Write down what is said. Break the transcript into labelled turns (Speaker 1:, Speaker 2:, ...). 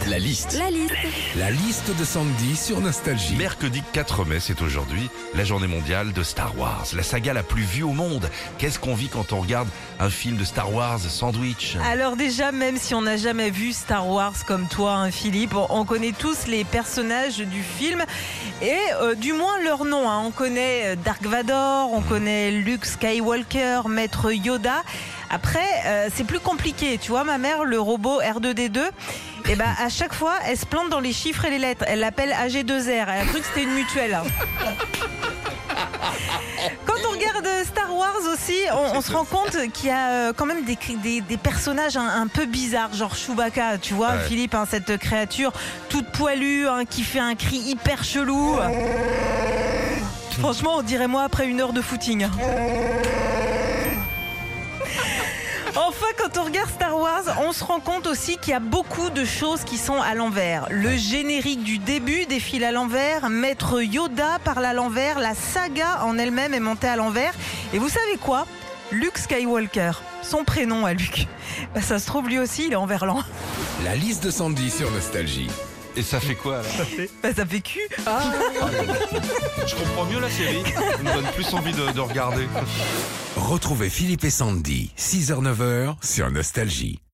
Speaker 1: La liste.
Speaker 2: La liste.
Speaker 1: La liste de Sandy sur Nostalgie.
Speaker 3: Mercredi 4 mai, c'est aujourd'hui la journée mondiale de Star Wars, la saga la plus vue au monde. Qu'est-ce qu'on vit quand on regarde un film de Star Wars sandwich?
Speaker 2: Alors déjà, même si on n'a jamais vu Star Wars comme toi, hein, Philippe, on connaît tous les personnages du film et du moins leur nom. Hein. On connaît Dark Vador, on connaît Luke Skywalker, Maître Yoda. Après, c'est plus compliqué. Tu vois, ma mère, le robot R2D2, et ben, à chaque fois, elle se plante dans les chiffres et les lettres. Elle l'appelle AG2R. Elle a cru que c'était une mutuelle. Hein. Quand on regarde Star Wars aussi, on se rend compte qu'il y a quand même des personnages un peu bizarres, genre Chewbacca, tu vois,
Speaker 3: Ouais.
Speaker 2: Philippe, hein, cette créature toute poilue, hein, qui fait un cri hyper chelou. Franchement, on dirait moi après une heure de footing. Enfin, quand on regarde Star Wars, on se rend compte aussi qu'il y a beaucoup de choses qui sont à l'envers. Le générique du début défile à l'envers, Maître Yoda parle à l'envers, la saga en elle-même est montée à l'envers. Et vous savez quoi ? Luke Skywalker, son prénom à Luke, ça se trouve lui aussi il est en verlan.
Speaker 1: La liste de Sandy sur Nostalgie.
Speaker 3: Et ça fait quoi alors?
Speaker 2: Ça fait cul.
Speaker 3: Je comprends mieux la série, ça me donne plus envie de regarder.
Speaker 1: Retrouvez Philippe et Sandy, 6h-9h sur Nostalgie.